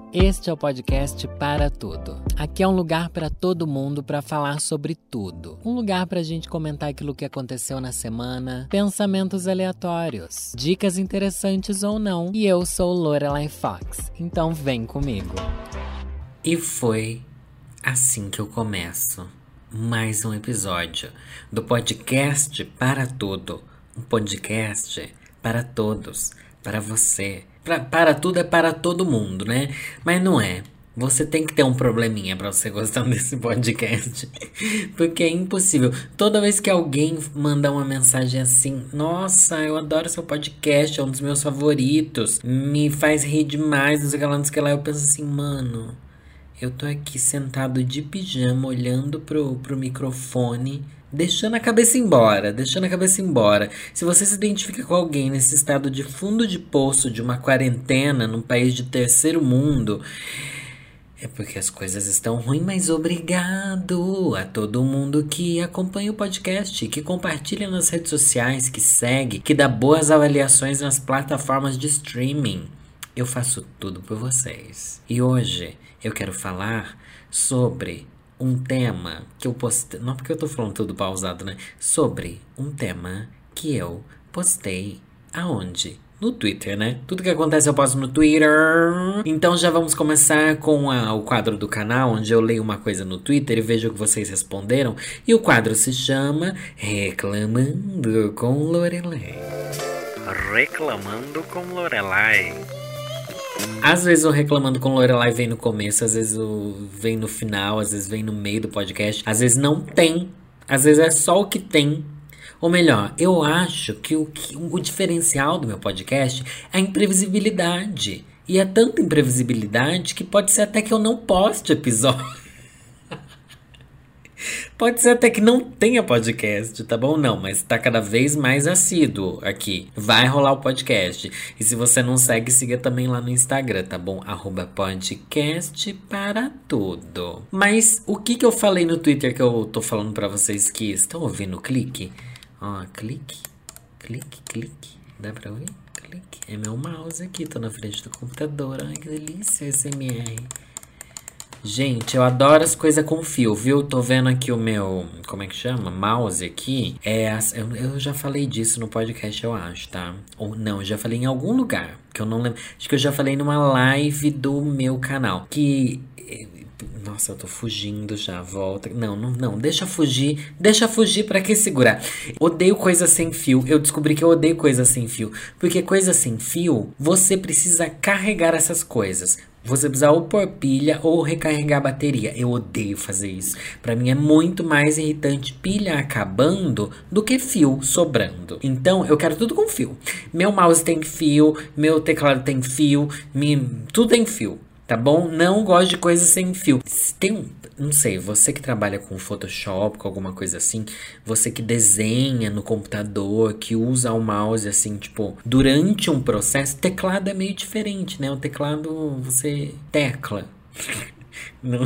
Este é o podcast Para Tudo. Aqui é um lugar para todo mundo para falar sobre tudo. Um lugar para a gente comentar aquilo que aconteceu na semana, pensamentos aleatórios, dicas interessantes ou não. E eu sou Lorelai Fox, então vem comigo. E foi assim que eu começo mais um episódio do podcast Para Tudo. Um podcast para todos, para você. Para tudo é para todo mundo, né? Mas não é. Você tem que ter um probleminha pra você gostar desse podcast. Porque é impossível. Toda vez que alguém manda uma mensagem assim: nossa, eu adoro seu podcast, é um dos meus favoritos, me faz rir demais, não sei o que lá, eu penso assim, mano, eu tô aqui sentado de pijama, olhando pro microfone, deixando a cabeça embora. Se você se identifica com alguém nesse estado de fundo de poço de uma quarentena num país de terceiro mundo, é porque as coisas estão ruins, mas obrigado a todo mundo que acompanha o podcast, que compartilha nas redes sociais, que segue, que dá boas avaliações nas plataformas de streaming. Eu faço tudo por vocês. E hoje eu quero falar sobre um tema que eu postei. Não porque eu tô falando tudo pausado, né? Sobre um tema que eu postei aonde? No Twitter, né? Tudo que acontece eu posto no Twitter. Então já vamos começar com o quadro do canal, onde eu leio uma coisa no Twitter e vejo o que vocês responderam. E o quadro se chama Reclamando com Lorelai. Reclamando com Lorelai. Às vezes o Reclamando com Lorelai vem no começo, às vezes vem no final, às vezes vem no meio do podcast, às vezes não tem, às vezes é só o que tem. Ou melhor, eu acho que o diferencial do meu podcast é a imprevisibilidade. E é tanta imprevisibilidade que pode ser até que eu não poste episódio. Pode ser até que não tenha podcast, tá bom? Não, mas tá cada vez mais assíduo aqui. Vai rolar o podcast. E se você não segue, siga também lá no Instagram, tá bom? @podcast para tudo. Mas o que eu falei no Twitter que eu tô falando pra vocês que estão ouvindo o clique? Ó, clique. Dá pra ouvir? Clique. É meu mouse aqui, tô na frente do computador. Ai, que delícia, SMR. Gente, eu adoro as coisas com fio, viu? Tô vendo aqui o meu, como é que chama? Mouse aqui. Eu já falei disso no podcast, eu acho, tá? Ou não, eu já falei em algum lugar, que eu não lembro. Acho que eu já falei numa live do meu canal. Nossa, eu tô fugindo já, volta. Não, deixa fugir, pra que segurar? Odeio coisa sem fio. Eu descobri que eu odeio coisa sem fio. Porque coisa sem fio, você precisa carregar essas coisas. Você precisa ou pôr pilha ou recarregar a bateria. Eu odeio fazer isso. Pra mim é muito mais irritante pilha acabando do que fio sobrando. Então eu quero tudo com fio. Meu mouse tem fio, meu teclado tem fio, tudo tem fio. Tá bom? Não gosto de coisa sem fio. Não sei, você que trabalha com Photoshop, com alguma coisa assim, você que desenha no computador, que usa o mouse assim, tipo, durante um processo, teclado é meio diferente, né? O teclado, você tecla. Não.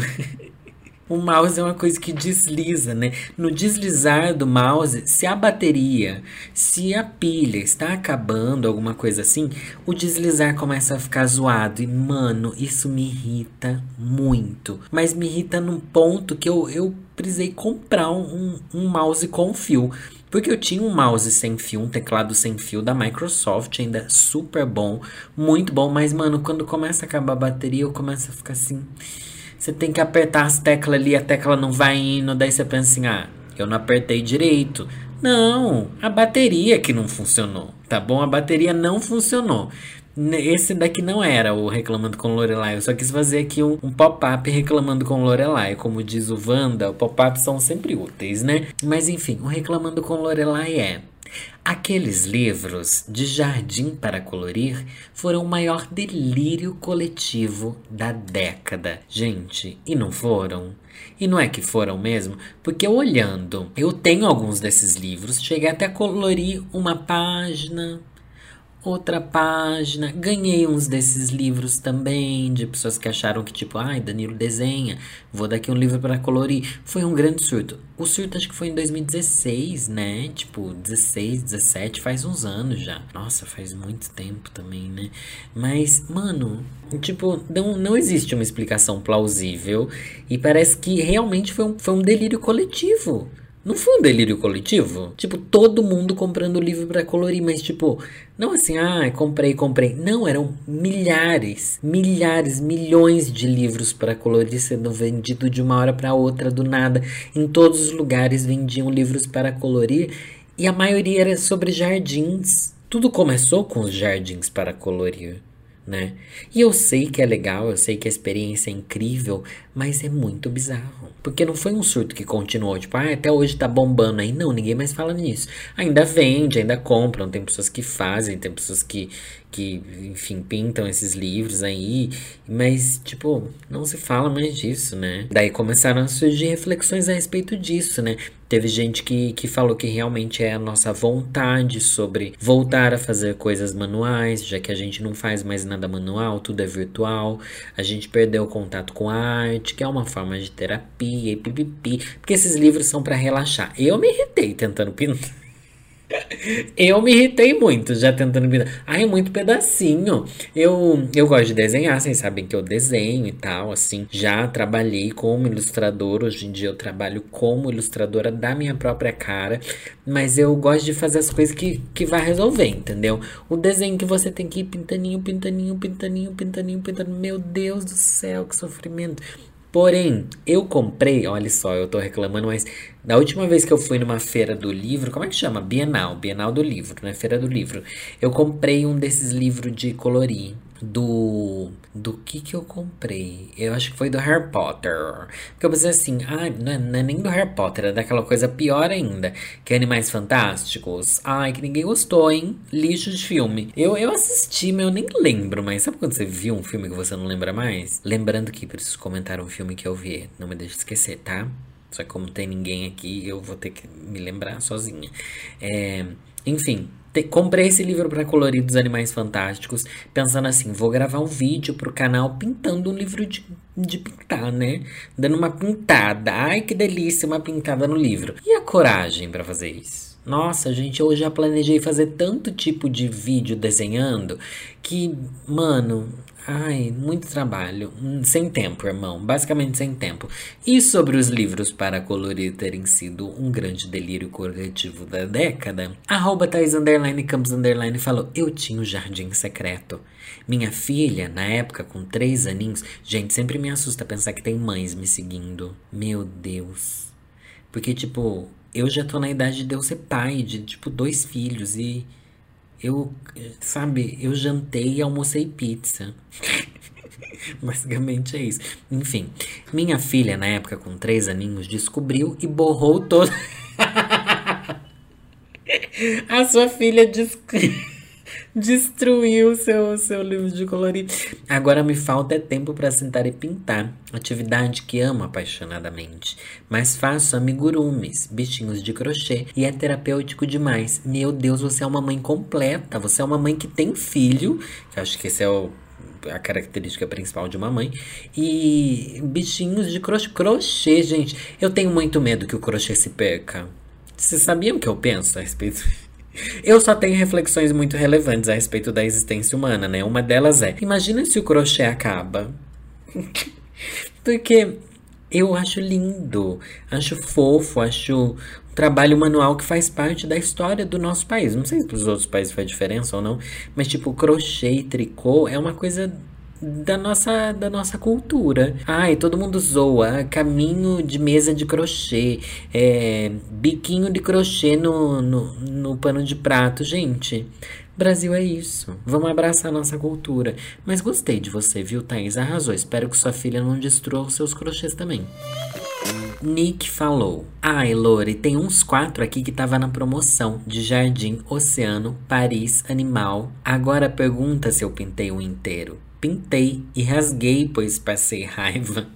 O mouse é uma coisa que desliza, né? No deslizar do mouse, se a bateria, se a pilha está acabando, alguma coisa assim, o deslizar começa a ficar zoado. E, mano, isso me irrita muito. Mas me irrita num ponto que eu precisei comprar um mouse com fio. Porque eu tinha um mouse sem fio, um teclado sem fio da Microsoft, ainda super bom, muito bom. Mas, mano, quando começa a acabar a bateria, eu começo a ficar assim... Você tem que apertar as teclas ali, a tecla não vai indo, daí você pensa assim, eu não apertei direito. Não, a bateria que não funcionou, tá bom? A bateria não funcionou. Esse daqui não era o Reclamando com Lorelai, eu só quis fazer aqui um pop-up Reclamando com Lorelai. Como diz o Wanda, pop-ups são sempre úteis, né? Mas enfim, o Reclamando com Lorelai é... Aqueles livros de Jardim para Colorir foram o maior delírio coletivo da década. Gente, e não foram? E não é que foram mesmo? Porque olhando, eu tenho alguns desses livros, cheguei até a colorir uma página outra página. Ganhei uns desses livros também, de pessoas que acharam que, tipo, ai, Danilo desenha, vou dar aqui um livro pra colorir. Foi um grande surto. O surto acho que foi em 2016, né? Tipo, 16, 17, faz uns anos já. Nossa, faz muito tempo também, né? Mas, mano, tipo, não existe uma explicação plausível. E parece que realmente foi um delírio coletivo. Não foi um delírio coletivo? Tipo, todo mundo comprando livro pra colorir, mas tipo, não assim, comprei. Não, eram milhares, milhões de livros pra colorir sendo vendido de uma hora pra outra, do nada. Em todos os lugares vendiam livros para colorir e a maioria era sobre jardins. Tudo começou com os jardins para colorir, né? E eu sei que é legal, eu sei que a experiência é incrível, mas é muito bizarro. Porque não foi um surto que continuou, tipo, até hoje tá bombando aí. Não, ninguém mais fala nisso. Ainda vende, ainda compram, tem pessoas que fazem, tem pessoas que, enfim, pintam esses livros aí. Mas, tipo, não se fala mais disso, né? Daí começaram a surgir reflexões a respeito disso, né? Teve gente que falou que realmente é a nossa vontade sobre voltar a fazer coisas manuais, já que a gente não faz mais nada manual, tudo é virtual. A gente perdeu o contato com a arte, que é uma forma de terapia e pipipi. Porque esses livros são pra relaxar. Eu me irritei tentando pintar. Eu me irritei muito já tentando pintar. Ai, é muito pedacinho. Eu gosto de desenhar, vocês sabem que eu desenho e tal, assim. Já trabalhei como ilustrador. Hoje em dia eu trabalho como ilustradora da minha própria cara. Mas eu gosto de fazer as coisas que vai resolver, entendeu? O desenho que você tem que ir pintaninho. Meu Deus do céu, que sofrimento. Porém, eu comprei, olha só, eu tô reclamando, mas da última vez que eu fui numa feira do livro, como é que chama? Bienal do livro, né? Feira do livro. Eu comprei um desses livros de colorir. Do que eu comprei? Eu acho que foi do Harry Potter. Porque eu pensei assim, não é nem do Harry Potter, é daquela coisa pior ainda, que é Animais Fantásticos. Ai, que ninguém gostou, hein? Lixo de filme. Eu assisti, mas eu nem lembro, mas sabe quando você viu um filme que você não lembra mais? Lembrando que preciso comentar um filme que eu vi, não me deixe esquecer, tá? Só que como tem ninguém aqui, eu vou ter que me lembrar sozinha. Enfim, comprei esse livro para colorir dos Animais Fantásticos, pensando assim, vou gravar um vídeo pro canal pintando um livro de pintar, né? Dando uma pintada. Ai, que delícia, uma pintada no livro. E a coragem para fazer isso? Nossa, gente, eu já planejei fazer tanto tipo de vídeo desenhando que, mano, ai, muito trabalho. Sem tempo, irmão. Basicamente sem tempo. E sobre os livros para colorir terem sido um grande delírio coletivo da década, @Thaís_Campos_ falou: eu tinha um jardim secreto. Minha filha, na época, com 3 aninhos, gente, sempre me assusta pensar que tem mães me seguindo. Meu Deus. Porque, tipo, eu já tô na idade de eu ser pai de, tipo, 2 filhos e sabe, eu jantei e almocei pizza. Basicamente é isso. Enfim, minha filha, na época, com 3 aninhos, descobriu e borrou todo. A sua filha destruiu seu livro de colorir. Agora me falta tempo para sentar e pintar. Atividade que amo apaixonadamente. Mas faço amigurumis, bichinhos de crochê. E é terapêutico demais. Meu Deus, você é uma mãe completa. Você é uma mãe que tem filho. Que eu acho que esse é a característica principal de uma mãe. E bichinhos de crochê. Crochê, gente. Eu tenho muito medo que o crochê se perca. Vocês sabiam o que eu penso a respeito? Eu só tenho reflexões muito relevantes a respeito da existência humana, né? Uma delas é: imagina se o crochê acaba. Porque eu acho lindo, acho fofo, acho um trabalho manual que faz parte da história do nosso país. Não sei se para os outros países faz diferença ou não, mas tipo, crochê e tricô é uma coisa da nossa cultura. Ai, todo mundo zoa. Caminho de mesa de crochê. Biquinho de crochê no pano de prato. Gente, Brasil é isso. Vamos abraçar a nossa cultura. Mas gostei de você, viu, Thaís? Arrasou. Espero que sua filha não destrua os seus crochês também. Nick falou: ai, Lore, tem uns 4 aqui que tava na promoção de jardim, oceano, Paris, animal. Agora pergunta se eu pintei o inteiro. Pintei e rasguei, pois passei raiva.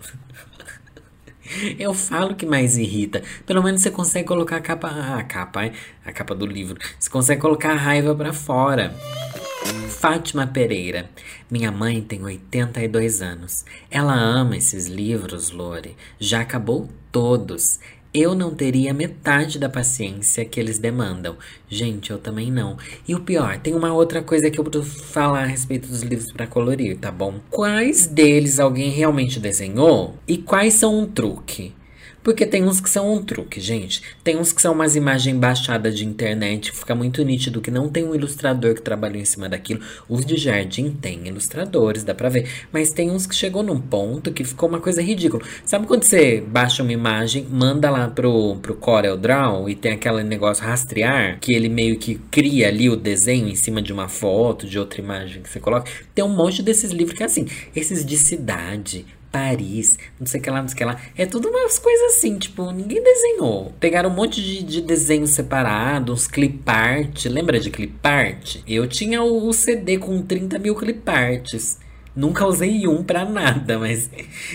Eu falo que mais irrita. Pelo menos você consegue colocar a capa do livro. Você consegue colocar a raiva pra fora. Fátima Pereira. Minha mãe tem 82 anos. Ela ama esses livros, Lore. Já acabou todos. Eu não teria metade da paciência que eles demandam. Gente, eu também não. E o pior, tem uma outra coisa que eu preciso falar a respeito dos livros pra colorir, tá bom? Quais deles alguém realmente desenhou? E quais são um truque? Porque tem uns que são um truque, gente. Tem uns que são umas imagens baixadas de internet, que fica muito nítido que não tem um ilustrador que trabalhou em cima daquilo. Os de jardim tem ilustradores, dá pra ver. Mas tem uns que chegou num ponto que ficou uma coisa ridícula. Sabe quando você baixa uma imagem, manda lá pro Corel Draw e tem aquele negócio rastrear, que ele meio que cria ali o desenho em cima de uma foto, de outra imagem que você coloca? Tem um monte desses livros que é assim, esses de cidade, Paris, não sei o que lá, não sei o que lá. É tudo umas coisas assim, tipo, ninguém desenhou. Pegaram um monte de desenho separado, uns clipart. Lembra de clipart? Eu tinha o CD com 30 mil cliparts. Nunca usei um pra nada, mas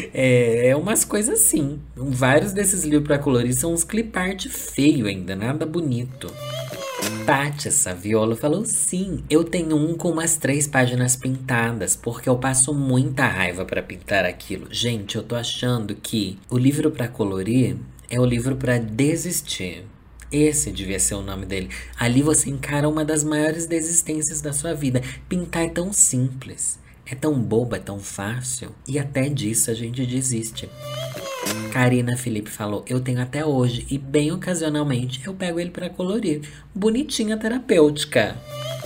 é umas coisas assim. Vários desses livros pra colorir são uns clipart feio ainda, nada bonito. Tati Saviola falou: sim, eu tenho um com umas 3 páginas pintadas, porque eu passo muita raiva pra pintar aquilo. Gente, eu tô achando que o livro pra colorir é o livro pra desistir. Esse devia ser o nome dele. Ali você encara uma das maiores desistências da sua vida. Pintar é tão simples, é tão bobo, é tão fácil, e até disso a gente desiste. Karina Felipe falou: eu tenho até hoje e bem ocasionalmente eu pego ele pra colorir. Bonitinha terapêutica.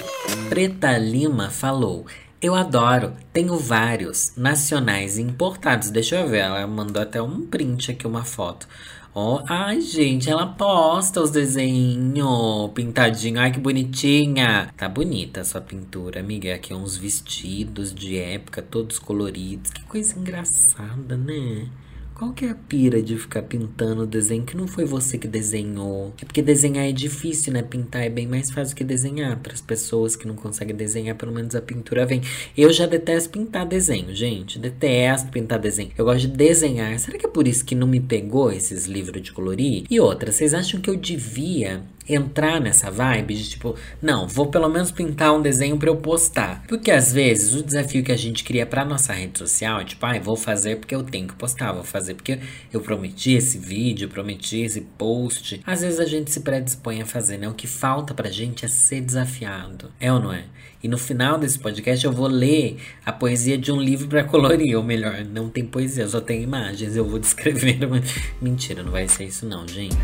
Preta Lima falou: eu adoro, tenho vários, nacionais e importados. Deixa eu ver, ela mandou até um print aqui, uma foto. Ó, ai, gente, ela posta os desenhos pintadinho. Ai, que bonitinha. Tá bonita a sua pintura, amiga. Aqui uns vestidos de época, todos coloridos. Que coisa engraçada, né? Qual que é a pira de ficar pintando o desenho que não foi você que desenhou? É porque desenhar é difícil, né? Pintar é bem mais fácil que desenhar. Para as pessoas que não conseguem desenhar, pelo menos a pintura vem. Eu já detesto pintar desenho, gente. Detesto pintar desenho. Eu gosto de desenhar. Será que é por isso que não me pegou esses livros de colorir? E outra, vocês acham que eu devia entrar nessa vibe de tipo, não, vou pelo menos pintar um desenho pra eu postar? Porque às vezes o desafio que a gente cria pra nossa rede social é tipo, ai, vou fazer porque eu tenho que postar, vou fazer porque eu prometi esse vídeo, prometi esse post. Às vezes a gente se predispõe a fazer, né? O que falta pra gente é ser desafiado. É ou não é? E no final desse podcast eu vou ler a poesia de um livro pra colorir, ou melhor, não tem poesia, só tem imagens, eu vou descrever. Mentira, não vai ser isso não, gente.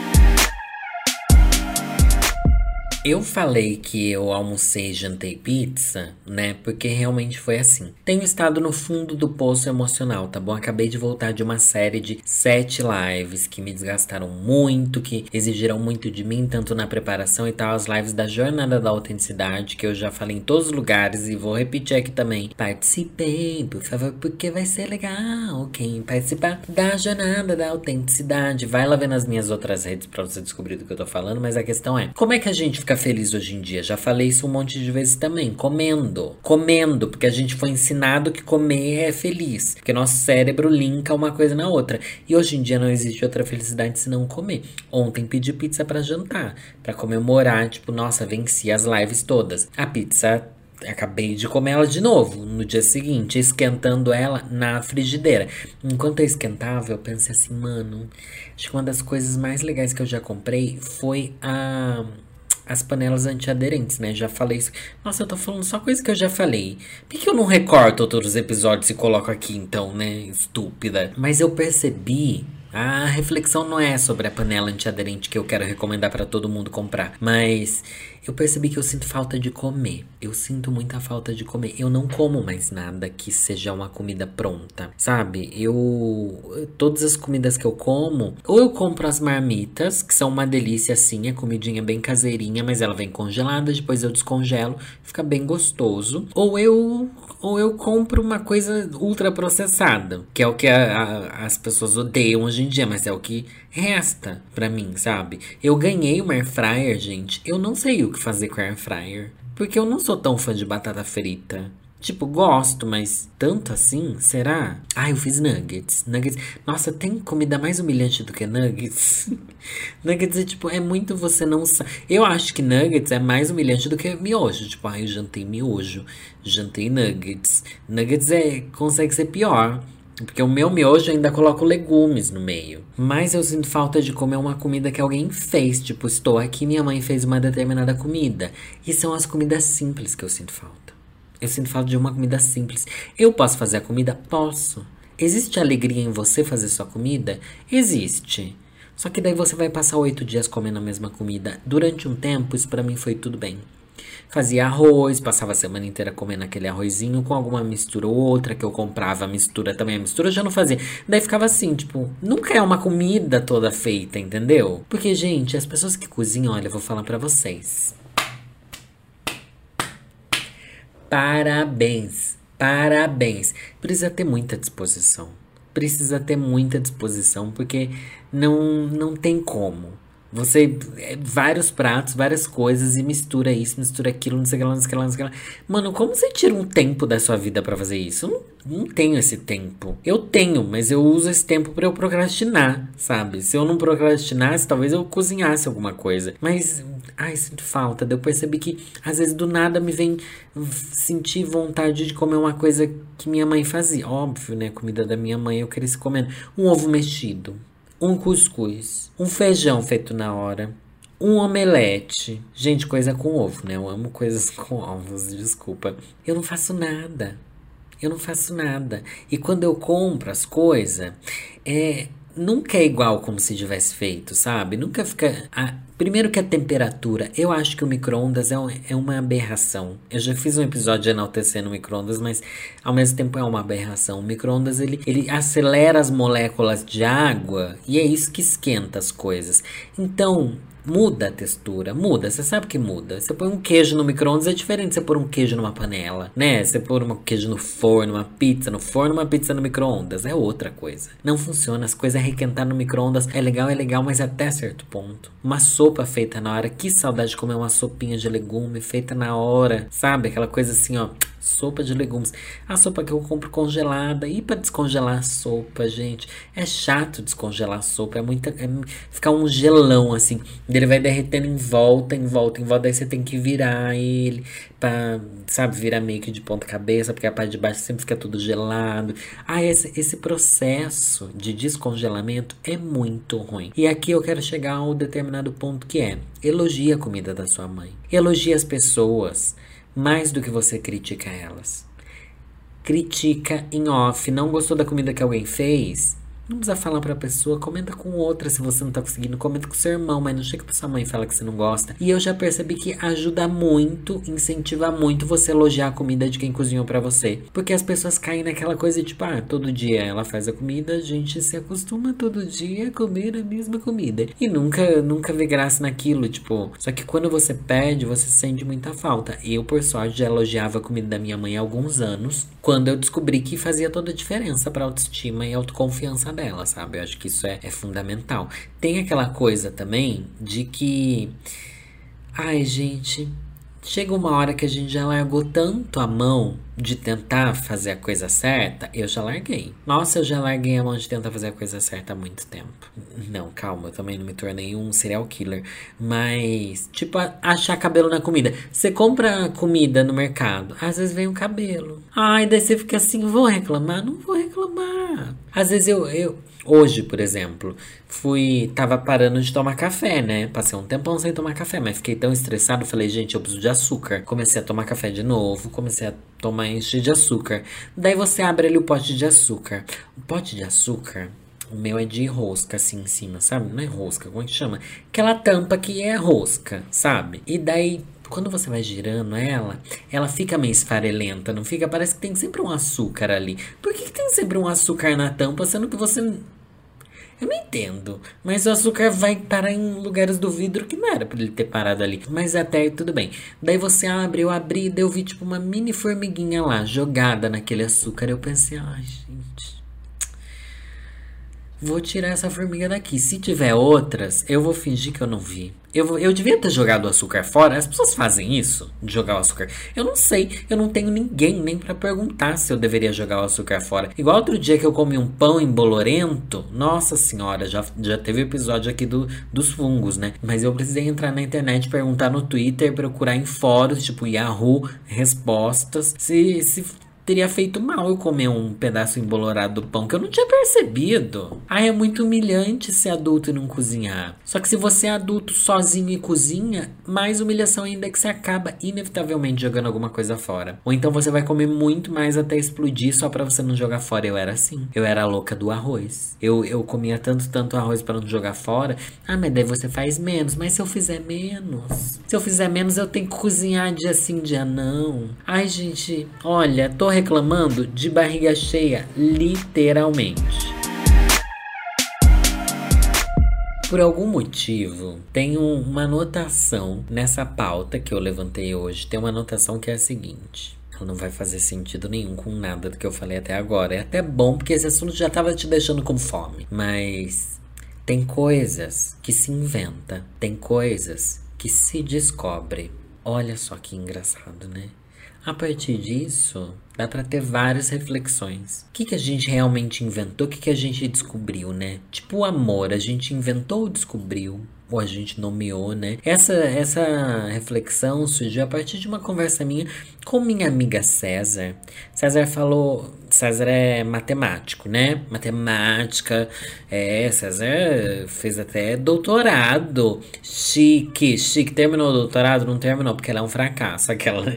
Eu falei que eu almocei e jantei pizza, né? Porque realmente foi assim. Tenho estado no fundo do poço emocional, tá bom? Acabei de voltar de uma série de 7 lives que me desgastaram muito, que exigiram muito de mim, tanto na preparação e tal. As lives da Jornada da Autenticidade, que eu já falei em todos os lugares e vou repetir aqui também. Participem, por favor, porque vai ser legal. Quem participar da Jornada da Autenticidade. Vai lá ver nas minhas outras redes pra você descobrir do que eu tô falando, mas a questão é, como é que a gente fica feliz hoje em dia? Já falei isso um monte de vezes também. Comendo, porque a gente foi ensinado que comer é feliz, porque nosso cérebro linka uma coisa na outra. E hoje em dia não existe outra felicidade senão comer. Ontem pedi pizza pra jantar, pra comemorar, tipo, nossa, venci as lives todas. A pizza, acabei de comer ela de novo no dia seguinte, esquentando ela na frigideira. Enquanto eu esquentava, eu pensei assim, mano, acho que uma das coisas mais legais que eu já comprei foi as panelas antiaderentes, né? Já falei isso. Nossa, eu tô falando só coisa que eu já falei. Por que eu não recorto outros episódios e coloco aqui, então, né? Estúpida. Mas eu percebi... A reflexão não é sobre a panela antiaderente que eu quero recomendar pra todo mundo comprar. Mas eu percebi que eu sinto falta de comer. Eu sinto muita falta de comer. Eu não como mais nada que seja uma comida pronta, sabe? Todas as comidas que eu como, ou eu compro as marmitas, que são uma delícia assim, a comidinha bem caseirinha, mas ela vem congelada, depois eu descongelo, fica bem gostoso. Ou eu compro uma coisa ultra processada, que é o que as pessoas odeiam hoje em dia, mas é o que resta pra mim, sabe? Eu ganhei uma air fryer, gente. Eu não sei o que fazer com a air fryer, porque eu não sou tão fã de batata frita. Tipo, gosto, mas tanto assim? Será? Ah, eu fiz nuggets. Nuggets. Nossa, tem comida mais humilhante do que nuggets? Nuggets é tipo, é muito você não sabe. Eu acho que nuggets é mais humilhante do que miojo. Tipo, ah, eu jantei miojo, jantei nuggets. Nuggets consegue ser pior. Porque o meu miojo ainda coloco legumes no meio. Mas eu sinto falta de comer uma comida que alguém fez. Tipo, estou aqui, minha mãe fez uma determinada comida. E são as comidas simples que eu sinto falta. Eu sinto falta de uma comida simples. Eu posso fazer a comida? Posso. Existe alegria em você fazer sua comida? Existe. Só que daí você vai passar 8 dias comendo a mesma comida. Durante um tempo, isso pra mim foi tudo bem. Fazia arroz, passava a semana inteira comendo aquele arrozinho com alguma mistura ou outra que eu comprava. A mistura também, a mistura eu já não fazia. Daí ficava assim, tipo, nunca é uma comida toda feita, entendeu? Porque, gente, as pessoas que cozinham, olha, eu vou falar pra vocês. Parabéns, parabéns. Precisa ter muita disposição. Precisa ter muita disposição, porque não tem como. Você, vários pratos, várias coisas e mistura isso, mistura aquilo, não sei o que lá, não sei o que lá, não sei o que lá. Mano, como você tira um tempo da sua vida pra fazer isso? Eu não tenho esse tempo. Eu tenho, mas eu uso esse tempo pra eu procrastinar, sabe? Se eu não procrastinasse, talvez eu cozinhasse alguma coisa. Mas, ai, sinto falta. Daí eu percebi que às vezes do nada me vem sentir vontade de comer uma coisa que minha mãe fazia. Óbvio, né? Comida da minha mãe eu cresci comendo. Um ovo mexido. Um cuscuz, um feijão feito na hora, um omelete. Gente, coisa com ovo, né? Eu amo coisas com ovos, desculpa. Eu não faço nada. Eu não faço nada. E quando eu compro as coisas, nunca é igual como se tivesse feito, sabe? Nunca fica. Primeiro que a temperatura, eu acho que o micro-ondas é uma aberração. Eu já fiz um episódio enaltecendo o micro-ondas, mas ao mesmo tempo é uma aberração. O micro-ondas, ele acelera as moléculas de água e é isso que esquenta as coisas. Então, muda a textura, muda, você sabe que muda. Você põe um queijo no micro-ondas, é diferente de você pôr um queijo numa panela, né? Você pôr um queijo no forno, uma pizza no forno, uma pizza no micro-ondas, é outra coisa. Não funciona, as coisas requentar no micro-ondas é legal, mas até certo ponto. Uma sopa feita na hora, que saudade de comer uma sopinha de legume feita na hora, sabe? Aquela coisa assim, ó, sopa de legumes. A sopa que eu compro congelada. E pra descongelar a sopa, gente, é chato descongelar a sopa. Ficar um gelão assim. Ele vai derretendo em volta. Daí você tem que virar ele pra, sabe, virar meio que de ponta cabeça, porque a parte de baixo sempre fica tudo gelado. Esse processo de descongelamento é muito ruim. E aqui eu quero chegar a um determinado ponto que é: elogie a comida da sua mãe. Elogie as pessoas. Mais do que você critica elas. Critica em off. Não gostou da comida que alguém fez? Não precisa falar pra pessoa, comenta com outra se você não tá conseguindo, comenta com seu irmão, mas não chega pra sua mãe e fala que você não gosta. E eu já percebi que ajuda muito, incentiva muito você elogiar a comida de quem cozinhou pra você. Porque as pessoas caem naquela coisa de tipo, todo dia ela faz a comida, a gente se acostuma todo dia a comer a mesma comida. E nunca vê graça naquilo, tipo. Só que quando você perde, você sente muita falta. Eu, por sorte, já elogiava a comida da minha mãe há alguns anos, quando eu descobri que fazia toda a diferença pra autoestima e autoconfiança dela, sabe? Eu acho que isso é fundamental. Tem aquela coisa também de que, ai, gente, chega uma hora que a gente já largou tanto a mão de tentar fazer a coisa certa. Eu já larguei. Nossa, eu já larguei a mão de tentar fazer a coisa certa há muito tempo. Não, calma, eu também não me tornei um serial killer. Mas, tipo, achar cabelo na comida. Você compra comida no mercado, às vezes vem um cabelo. Ai, daí você fica assim, vou reclamar? Não vou reclamar. Às vezes hoje, por exemplo, tava parando de tomar café, né? Passei um tempão sem tomar café, mas fiquei tão estressado, falei, gente, eu preciso de açúcar. Comecei a tomar café de novo, comecei a tomar encher de açúcar. Daí você abre ali o pote de açúcar. O pote de açúcar, o meu é de rosca, assim, em cima, sabe? Não é rosca, como é que chama? Aquela tampa que é rosca, sabe? E daí, quando você vai girando ela fica meio esfarelenta, não fica? Parece que tem sempre um açúcar ali. Por que tem sempre um açúcar na tampa, sendo que você... Eu não entendo, mas o açúcar vai parar em lugares do vidro que não era pra ele ter parado ali. Mas até aí tudo bem. Daí você abre, eu abri, daí eu vi tipo uma mini formiguinha lá, jogada naquele açúcar. Eu pensei, ai, gente... vou tirar essa formiga daqui. Se tiver outras, eu vou fingir que eu não vi. Eu devia ter jogado o açúcar fora. As pessoas fazem isso, de jogar o açúcar. Eu não sei, eu não tenho ninguém nem pra perguntar se eu deveria jogar o açúcar fora. Igual outro dia que eu comi um pão embolorento. Nossa senhora, já teve episódio aqui dos fungos, né? Mas eu precisei entrar na internet, perguntar no Twitter, procurar em fóruns, tipo Yahoo, respostas, se teria feito mal eu comer um pedaço embolorado do pão, que eu não tinha percebido. Ai, é muito humilhante ser adulto e não cozinhar. Só que se você é adulto sozinho e cozinha, mais humilhação ainda é que você acaba inevitavelmente jogando alguma coisa fora. Ou então você vai comer muito mais até explodir só pra você não jogar fora. Eu era assim. Eu era a louca do arroz. Eu comia tanto arroz pra não jogar fora. Ah, mas daí você faz menos. Mas se eu fizer menos? Se eu fizer menos, eu tenho que cozinhar dia sim, dia não. Ai, gente, olha, tô reclamando de barriga cheia, literalmente. Por algum motivo, tem uma anotação nessa pauta que eu levantei hoje. Tem uma anotação que é a seguinte: ela não vai fazer sentido nenhum com nada do que eu falei até agora. É até bom, porque esse assunto já tava te deixando com fome. Mas tem coisas que se inventa, tem coisas que se descobre. Olha só que engraçado, né? A partir disso, dá pra ter várias reflexões. O que a gente realmente inventou? O que a gente descobriu, né? Tipo o amor, a gente inventou ou descobriu? Ou a gente nomeou, né? Essa reflexão surgiu a partir de uma conversa minha com minha amiga César. César é matemático, né? Matemática. César fez até doutorado. Chique. Terminou o doutorado? Não terminou, porque ela é um fracasso. Aquela...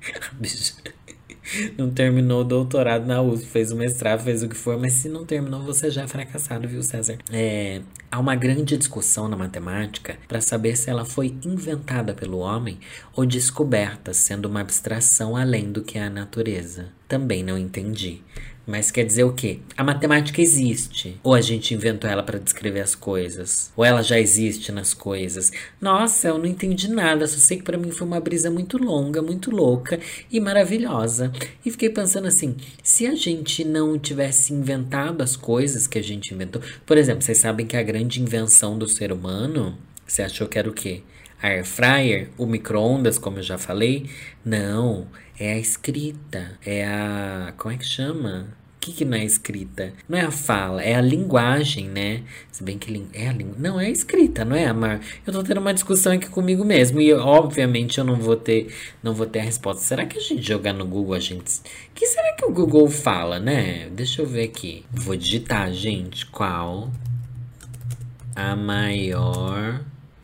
Não terminou o doutorado na USP, fez o mestrado, fez o que for, mas se não terminou, você já é fracassado, viu, César? Há uma grande discussão na matemática para saber se ela foi inventada pelo homem ou descoberta, sendo uma abstração além do que é a natureza. Também não entendi. Mas quer dizer o quê? A matemática existe. Ou a gente inventou ela para descrever as coisas? Ou ela já existe nas coisas? Nossa, eu não entendi nada. Só sei que para mim foi uma brisa muito longa, muito louca e maravilhosa. E fiquei pensando assim, se a gente não tivesse inventado as coisas que a gente inventou... Por exemplo, vocês sabem que a grande invenção do ser humano... Você achou que era o quê? A air fryer? O micro-ondas, como eu já falei? Não, é a escrita. É a... Como é que chama? O que não é escrita? Não é a fala, é a linguagem, né? Se bem que é a língua. Não, é a escrita, não é, Amar? Eu tô tendo uma discussão aqui comigo mesmo. E, obviamente, eu não vou ter a resposta. Será que a gente jogar no Google, a gente... O que será que o Google fala, né? Deixa eu ver aqui. Vou digitar, gente. Qual a maior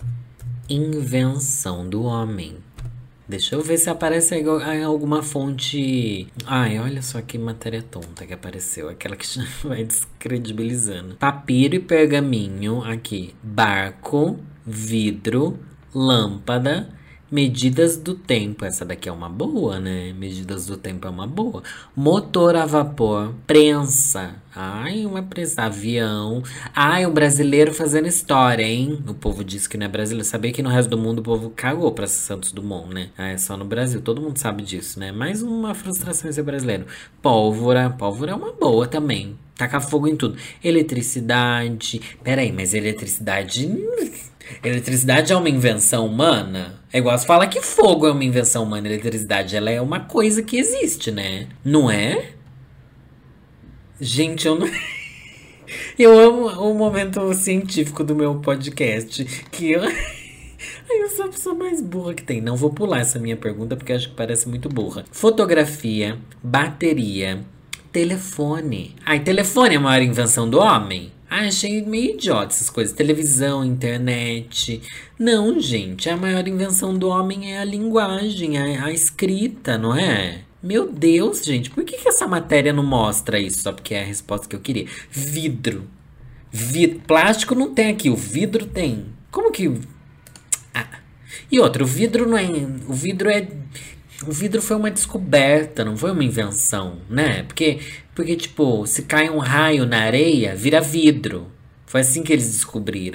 invenção do homem? Deixa eu ver se aparece em alguma fonte. Ai, olha só que matéria tonta que apareceu. Aquela que já vai descredibilizando. Papiro e pergaminho. Aqui. Barco, vidro, lâmpada, medidas do tempo. Essa daqui é uma boa, né? Medidas do tempo é uma boa. Motor a vapor, prensa. Ai, uma prensa. Avião. Ai, o brasileiro fazendo história, hein? O povo diz que não é brasileiro. Sabia que no resto do mundo o povo cagou pra Santos Dumont, né? Ah, é só no Brasil. Todo mundo sabe disso, né? Mais uma frustração em ser brasileiro. Pólvora. Pólvora é uma boa também. Tacar fogo em tudo. Eletricidade. Peraí, mas eletricidade... Eletricidade é uma invenção humana? É igual você fala que fogo é uma invenção humana. Eletricidade, ela é uma coisa que existe, né? Não é? Gente, eu não... Eu amo o momento científico do meu podcast. Que eu... Eu sou a pessoa mais burra que tem. Não vou pular essa minha pergunta porque acho que parece muito burra. Fotografia, bateria, telefone. Ai, telefone é a maior invenção do homem? Ah, achei meio idiota essas coisas. Televisão, internet. Não, gente. A maior invenção do homem é a linguagem, a escrita, não é? Meu Deus, gente. Por que essa matéria não mostra isso? Só porque é a resposta que eu queria. Vidro. Plástico não tem aqui. O vidro tem. Como que... Ah. E outra, o vidro não é... O vidro foi uma descoberta, não foi uma invenção, né? Porque, tipo, se cai um raio na areia, vira vidro. Foi assim que eles descobriram.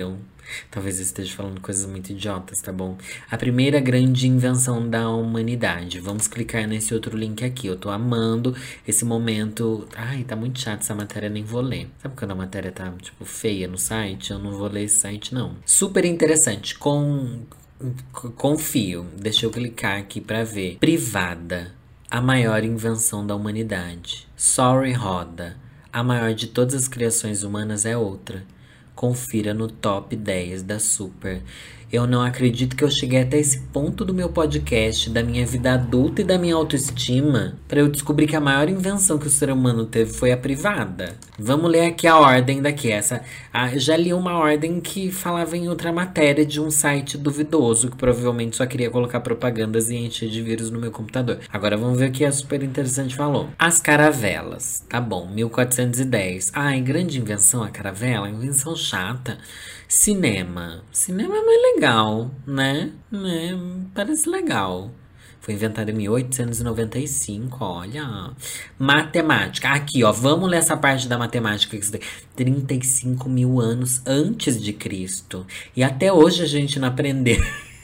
Talvez eu esteja falando coisas muito idiotas, tá bom? A primeira grande invenção da humanidade. Vamos clicar nesse outro link aqui. Eu tô amando esse momento. Ai, tá muito chato essa matéria, nem vou ler. Sabe quando a matéria tá, tipo, feia no site? Eu não vou ler esse site, não. Super interessante. Confio. Deixa eu clicar aqui pra ver. Privada. A maior invenção da humanidade. Sorry, roda. A maior de todas as criações humanas é outra. Confira no top 10 da Super. Eu não acredito que eu cheguei até esse ponto do meu podcast, da minha vida adulta e da minha autoestima, para eu descobrir que a maior invenção que o ser humano teve foi a privada. Vamos ler aqui a ordem daqui. Eu já li uma ordem que falava em outra matéria de um site duvidoso, que provavelmente só queria colocar propagandas e encher de vírus no meu computador. Agora vamos ver o que a Super Interessante falou. As caravelas. Tá bom, 1410. Ai, grande invenção a caravela, invenção chata. Cinema. Cinema é mais legal, né? Parece legal. Foi inventado em 1895, olha. Matemática. Aqui, ó. Vamos ler essa parte da matemática. 35 mil anos antes de Cristo. E até hoje a gente não aprendeu.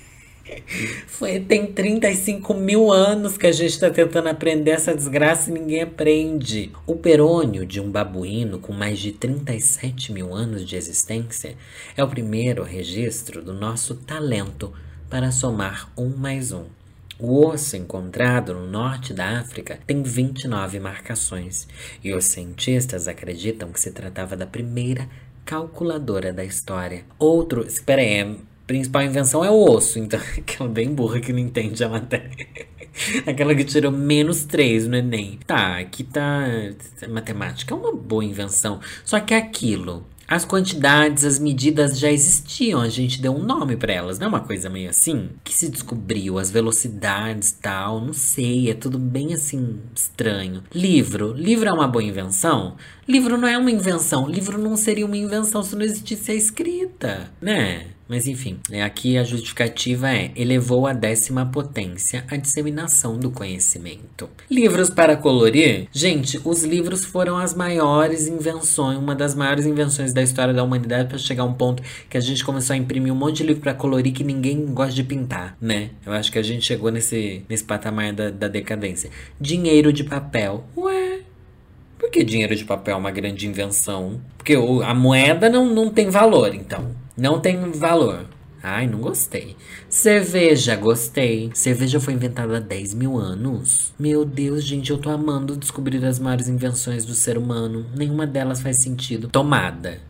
Tem 35 mil anos que a gente está tentando aprender essa desgraça e ninguém aprende. O perônio de um babuíno com mais de 37 mil anos de existência é o primeiro registro do nosso talento para somar 1 mais 1. O osso encontrado no norte da África tem 29 marcações e os cientistas acreditam que se tratava da primeira calculadora da história. Espera aí, principal invenção é o osso, então aquela bem burra que não entende a matéria. Aquela que tirou -3 no Enem. Tá, aqui tá. Matemática é uma boa invenção. Só que é aquilo. As quantidades, as medidas já existiam, a gente deu um nome pra elas, não é uma coisa meio assim? Que se descobriu, as velocidades e tal, não sei, é tudo bem assim, estranho. Livro é uma boa invenção? Livro não é uma invenção, livro não seria uma invenção se não existisse a escrita, né? Mas enfim, aqui a justificativa elevou à 10ª potência a disseminação do conhecimento. Livros para colorir? Gente, os livros foram as maiores invenções, uma das maiores invenções da história da humanidade para chegar a um ponto que a gente começou a imprimir um monte de livro para colorir que ninguém gosta de pintar, né? Eu acho que a gente chegou nesse patamar da decadência. Dinheiro de papel. Ué? Por que dinheiro de papel é uma grande invenção? Porque a moeda não tem valor, então. Não tem valor. Ai, não gostei. Cerveja, gostei. Cerveja foi inventada há 10 mil anos. Meu Deus, gente, eu tô amando descobrir as maiores invenções do ser humano. Nenhuma delas faz sentido. Tomada.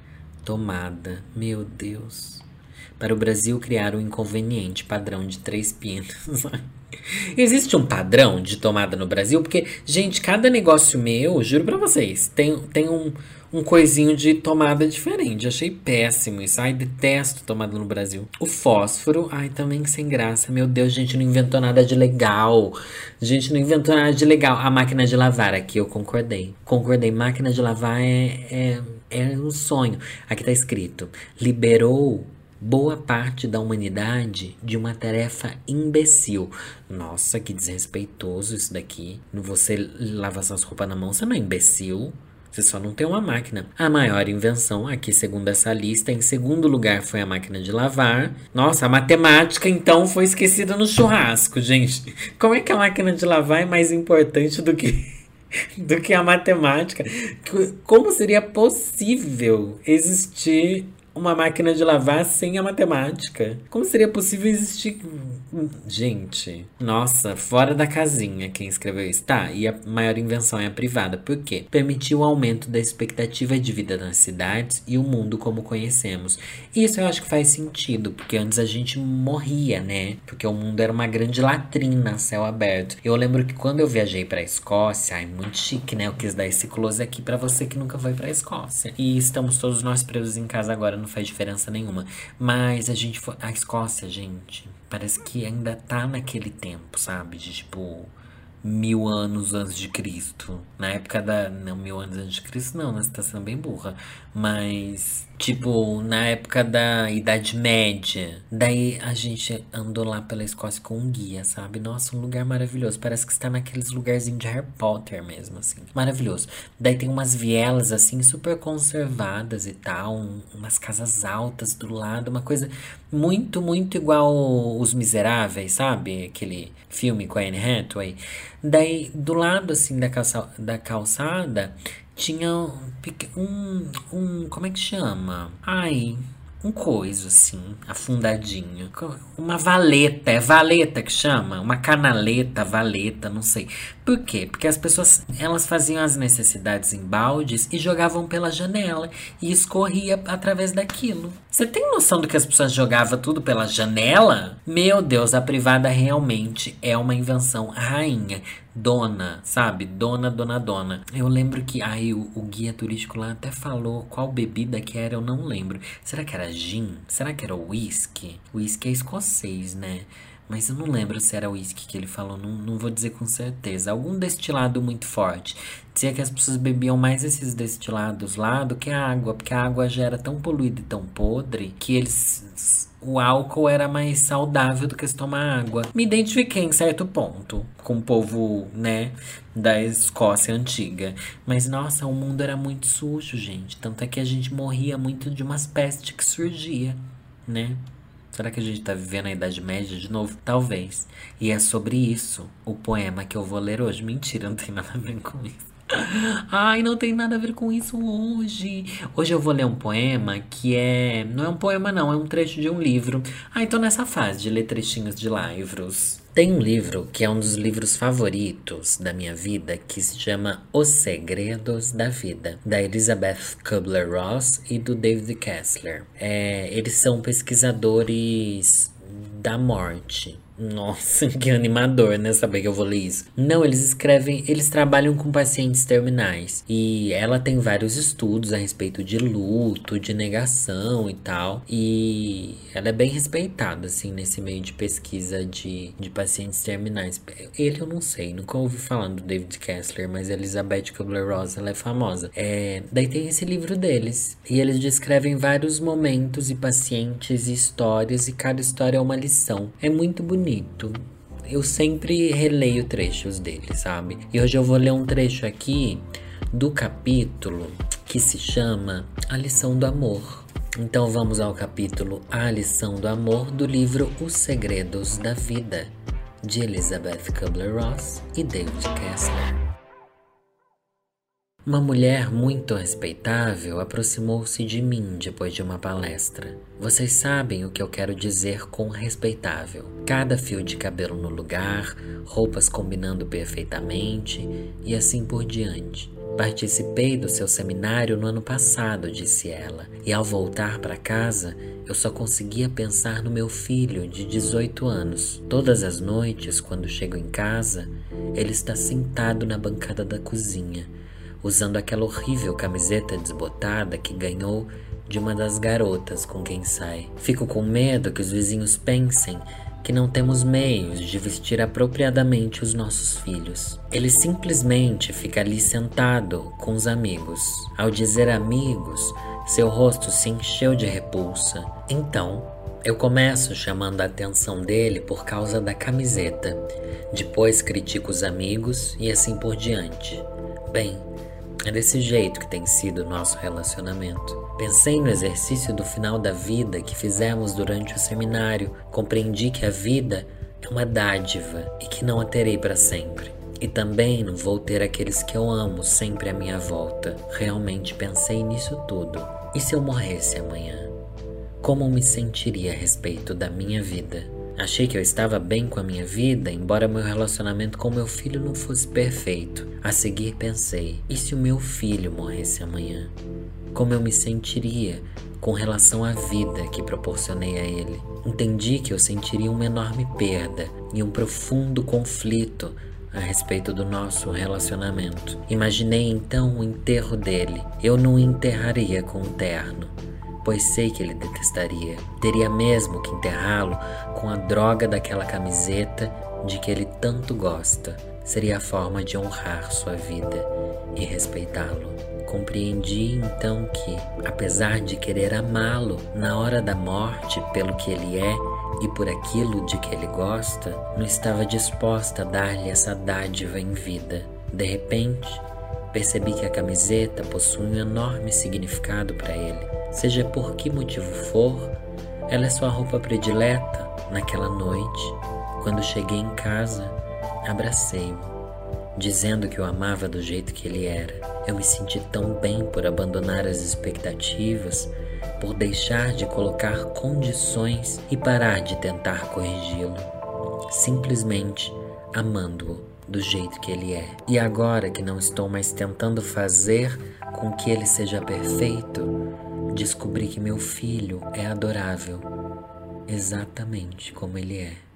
Meu Deus. Para o Brasil criar um inconveniente padrão de 3 pinos. Existe um padrão de tomada no Brasil? Porque, gente, cada negócio meu, juro pra vocês, tem um coisinho de tomada diferente. Achei péssimo isso. Ai, detesto tomada no Brasil. O fósforo, ai, também sem graça. Meu Deus, gente, não inventou nada de legal. A máquina de lavar, aqui eu concordei. Máquina de lavar é um sonho. Aqui tá escrito, liberou boa parte da humanidade de uma tarefa imbecil. Nossa, que desrespeitoso isso daqui. Você lava suas roupas na mão, você não é imbecil. Você só não tem uma máquina. A maior invenção, aqui segundo essa lista, em segundo lugar foi a máquina de lavar. Nossa, a matemática então foi esquecida no churrasco, gente. Como é que a máquina de lavar é mais importante do que a matemática? Como seria possível existir uma máquina de lavar sem a matemática? Como seria possível existir? Gente, nossa, fora da casinha quem escreveu isso. Tá, e a maior invenção é a privada. Por quê? Permitiu o aumento da expectativa de vida nas cidades e o mundo como conhecemos. Isso eu acho que faz sentido, porque antes a gente morria, né? Porque o mundo era uma grande latrina, céu aberto. Eu lembro que quando eu viajei pra Escócia, ai, muito chique, né? Eu quis dar esse close aqui pra você que nunca foi pra Escócia. E estamos todos nós presos em casa agora, não faz diferença nenhuma. Mas a gente foi... A Escócia, gente, parece que ainda tá naquele tempo, sabe? De tipo... 1000 anos antes de Cristo. Na época da... Não, 1000 anos antes de Cristo não, né? Você tá sendo bem burra. Mas, tipo, na época da Idade Média. Daí a gente andou lá pela Escócia com um guia, sabe? Nossa, um lugar maravilhoso. Parece que está naqueles lugarzinhos de Harry Potter mesmo, assim. Maravilhoso. Daí tem umas vielas, assim, super conservadas e tal. Umas casas altas do lado. Uma coisa muito, muito igual Os Miseráveis, sabe? Aquele filme com a Anne Hathaway. Daí, do lado, assim, da calçada, tinha como é que chama? Ai, um coisa, assim, afundadinho. Uma valeta, é valeta que chama? Uma canaleta, valeta, não sei. Por quê? Porque as pessoas, elas faziam as necessidades em baldes e jogavam pela janela. E escorria através daquilo. Você tem noção do que as pessoas jogavam tudo pela janela? Meu Deus, a privada realmente é uma invenção rainha. Dona, sabe? Dona. Eu lembro que o guia turístico lá até falou qual bebida que era, eu não lembro. Será que era gin? Será que era whisky? Whisky é escocês, né? Mas eu não lembro se era whisky que ele falou, não vou dizer com certeza. Algum destilado muito forte. Dizia que as pessoas bebiam mais esses destilados lá do que a água, porque a água já era tão poluída e tão podre que o álcool era mais saudável do que se tomar água. Me identifiquei em certo ponto com o povo, né, da Escócia antiga. Mas, nossa, o mundo era muito sujo, gente. Tanto é que a gente morria muito de umas pestes que surgia, né? Será que a gente tá vivendo a Idade Média de novo? Talvez. E é sobre isso o poema que eu vou ler hoje. Mentira, não tem nada a ver com isso. Ai, não tem nada a ver com isso hoje. Hoje eu vou ler um poema que é... Não é um poema não, é um trecho de um livro. Ah, então nessa fase de ler trechinhos de livros. Tem um livro que é um dos livros favoritos da minha vida, que se chama Os Segredos da Vida, da Elizabeth Kubler-Ross e do David Kessler. Eles são pesquisadores da morte. Nossa, que animador, né? Saber que eu vou ler isso. Não, eles trabalham com pacientes terminais. E ela tem vários estudos a respeito de luto, de negação e tal. E ela é bem respeitada, assim, nesse meio de pesquisa de pacientes terminais. Ele eu não sei, nunca ouvi falar do David Kessler, mas a Elizabeth Kubler-Ross, ela é famosa. Daí tem esse livro deles. E eles descrevem vários momentos e pacientes e histórias, e cada história é uma lição. É muito bonito. Eu sempre releio trechos dele, sabe? E hoje eu vou ler um trecho aqui do capítulo que se chama A Lição do Amor. Então vamos ao capítulo A Lição do Amor do livro Os Segredos da Vida, de Elizabeth Kubler-Ross e David Kessler. Uma mulher muito respeitável aproximou-se de mim depois de uma palestra. Vocês sabem o que eu quero dizer com respeitável. Cada fio de cabelo no lugar, roupas combinando perfeitamente e assim por diante. Participei do seu seminário no ano passado, disse ela, e ao voltar para casa, eu só conseguia pensar no meu filho de 18 anos. Todas as noites, quando chego em casa, ele está sentado na bancada da cozinha, usando aquela horrível camiseta desbotada que ganhou de uma das garotas com quem sai. Fico com medo que os vizinhos pensem que não temos meios de vestir apropriadamente os nossos filhos. Ele simplesmente fica ali sentado com os amigos. Ao dizer amigos, seu rosto se encheu de repulsa. Então, eu começo chamando a atenção dele por causa da camiseta. Depois critico os amigos e assim por diante. Bem, é desse jeito que tem sido o nosso relacionamento. Pensei no exercício do final da vida que fizemos durante o seminário. Compreendi que a vida é uma dádiva e que não a terei para sempre. E também não vou ter aqueles que eu amo sempre à minha volta. Realmente pensei nisso tudo. E se eu morresse amanhã? Como me sentiria a respeito da minha vida? Achei que eu estava bem com a minha vida, embora meu relacionamento com meu filho não fosse perfeito. A seguir pensei, e se o meu filho morresse amanhã? Como eu me sentiria com relação à vida que proporcionei a ele? Entendi que eu sentiria uma enorme perda e um profundo conflito a respeito do nosso relacionamento. Imaginei então o enterro dele. Eu não o enterraria com um terno, pois sei que ele detestaria. Teria mesmo que enterrá-lo com a droga daquela camiseta de que ele tanto gosta. seria a forma de honrar sua vida e respeitá-lo. Compreendi então que, apesar de querer amá-lo na hora da morte pelo que ele é e por aquilo de que ele gosta, não estava disposta a dar-lhe essa dádiva em vida. De repente, percebi que a camiseta possui um enorme significado para ele. Seja por que motivo for, ela é sua roupa predileta. Naquela noite, quando cheguei em casa, abracei-o, dizendo que o amava do jeito que ele era. Eu me senti tão bem por abandonar as expectativas, por deixar de colocar condições e parar de tentar corrigi-lo, simplesmente amando-o do jeito que ele é. E agora que não estou mais tentando fazer com que ele seja perfeito, descobri que meu filho é adorável, exatamente como ele é.